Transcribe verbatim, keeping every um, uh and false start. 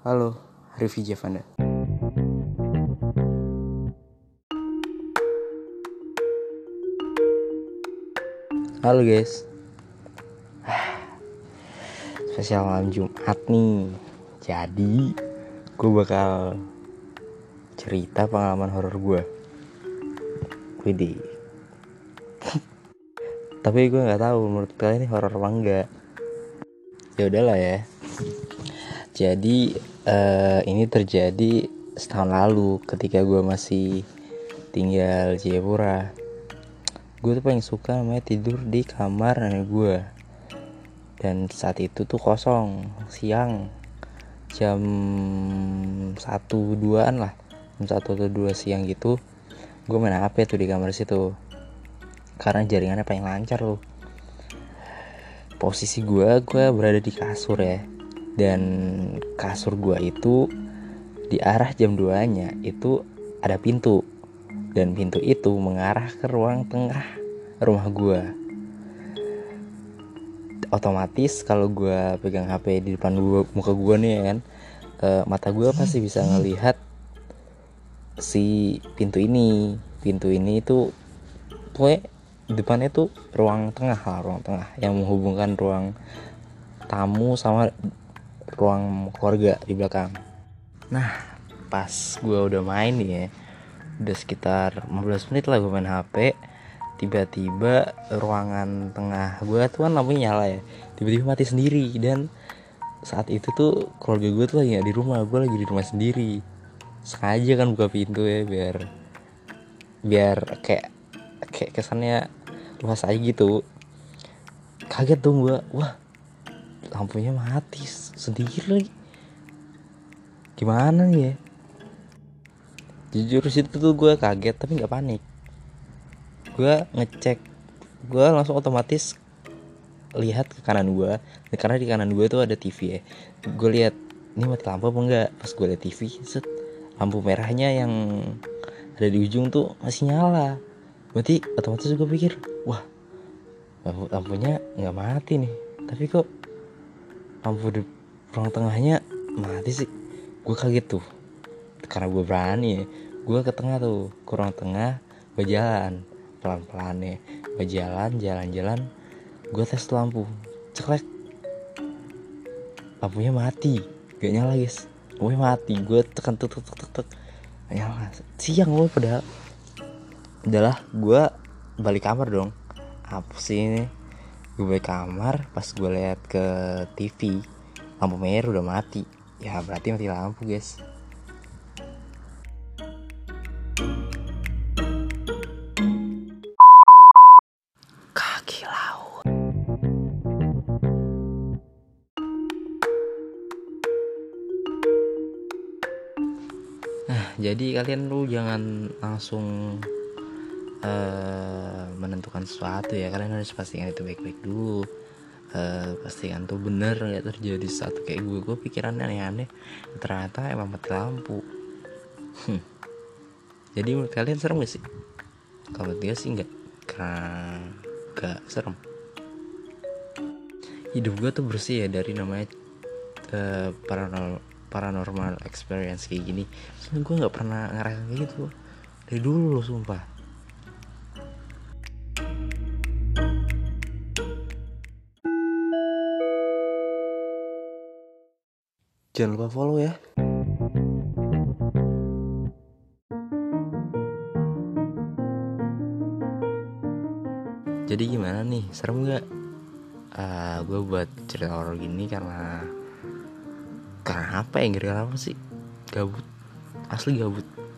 Halo, Rifki Javanda. Halo guys. Spesial malam Jumat nih. Jadi gue bakal cerita pengalaman horor gue. Widih. Tapi gue nggak tahu menurut kalian ini horor apa enggak. Ya udahlah ya. Jadi uh, ini terjadi setahun lalu ketika gue masih tinggal di Jayapura. Gue tuh paling suka namanya tidur di kamar nenek gue. Dan saat itu tuh kosong, siang, jam satu duaan lah, jam satu atau dua siang gitu. Gue main H P tuh di kamar situ, karena jaringannya paling lancar loh. Posisi gue, gue berada di kasur ya. Dan kasur gue itu di arah jam dua nya itu ada pintu. Dan pintu itu mengarah ke ruang tengah rumah gue. Otomatis kalau gue pegang H P di depan gua, muka gue nih ya kan, e, mata gue pasti bisa ngelihat si pintu ini. Pintu ini itu tuh depannya tuh ruang tengah lah, ruang tengah yang menghubungkan ruang tamu sama ruang keluarga di belakang. Nah, pas gue udah main nih ya, udah sekitar lima belas menit lah gue main H P. Tiba-tiba ruangan tengah gue tuh kan lampunya nyala ya, tiba-tiba mati sendiri. Dan saat itu tuh keluarga gue tuh lagi gak di rumah, gue lagi di rumah sendiri. Sengaja kan buka pintu ya biar biar kayak kayak kesannya luas aja gitu. Kaget dong gue, wah lampunya mati sendiri lagi, gimana nih ya. Jujur situ tuh gue kaget tapi nggak panik. Gue ngecek, gue langsung otomatis lihat ke kanan gue, karena di kanan gue tuh ada T V ya. Gue lihat ini mati lampu apa enggak. Pas gue lihat T V, set, lampu merahnya yang ada di ujung tuh masih nyala. Berarti otomatis gue pikir, wah lampu lampunya nggak mati nih, tapi kok lampu di ruang tengahnya mati sih. Gue kaget tuh, karena gue berani ya. Gue ke tengah tuh, ke ruang tengah, gue jalan pelan-pelan ya, gue jalan jalan-jalan, gue tes lampu, ceklek, lampunya mati, gak nyala guys, lampunya mati. Gue tekan tuk tuk tuk tuk, gak nyala. Siang gue padahal. Udahlah, gue balik kamar dong. Apa sih ini? Gue balik kamar, pas gue lihat ke T V, lampu merah udah mati. Ya berarti mati lampu guys. Kaki laut. Nah, jadi kalian lu jangan langsung uh, menentukan sesuatu ya. Kalian harus pastikan itu baik-baik dulu. Uh, pastikan tuh bener nggak terjadi sesuatu kayak gue. Gue pikirannya aneh-aneh, ternyata emang mati lampu. Hmm. Jadi menurut kalian serem gak sih? Kalau dia sih nggak, karena nggak serem. Hidup gue tuh bersih ya dari namanya uh, paranormal paranormal experience kayak gini. Soalnya gue nggak pernah ngerasain kayak gitu dari dulu loh, sumpah. Jangan lupa follow ya. Jadi gimana nih, serem gak? Uh, gue buat cerita horor gini karena Karena apa ya, gara-gara apa sih? Gabut, asli gabut.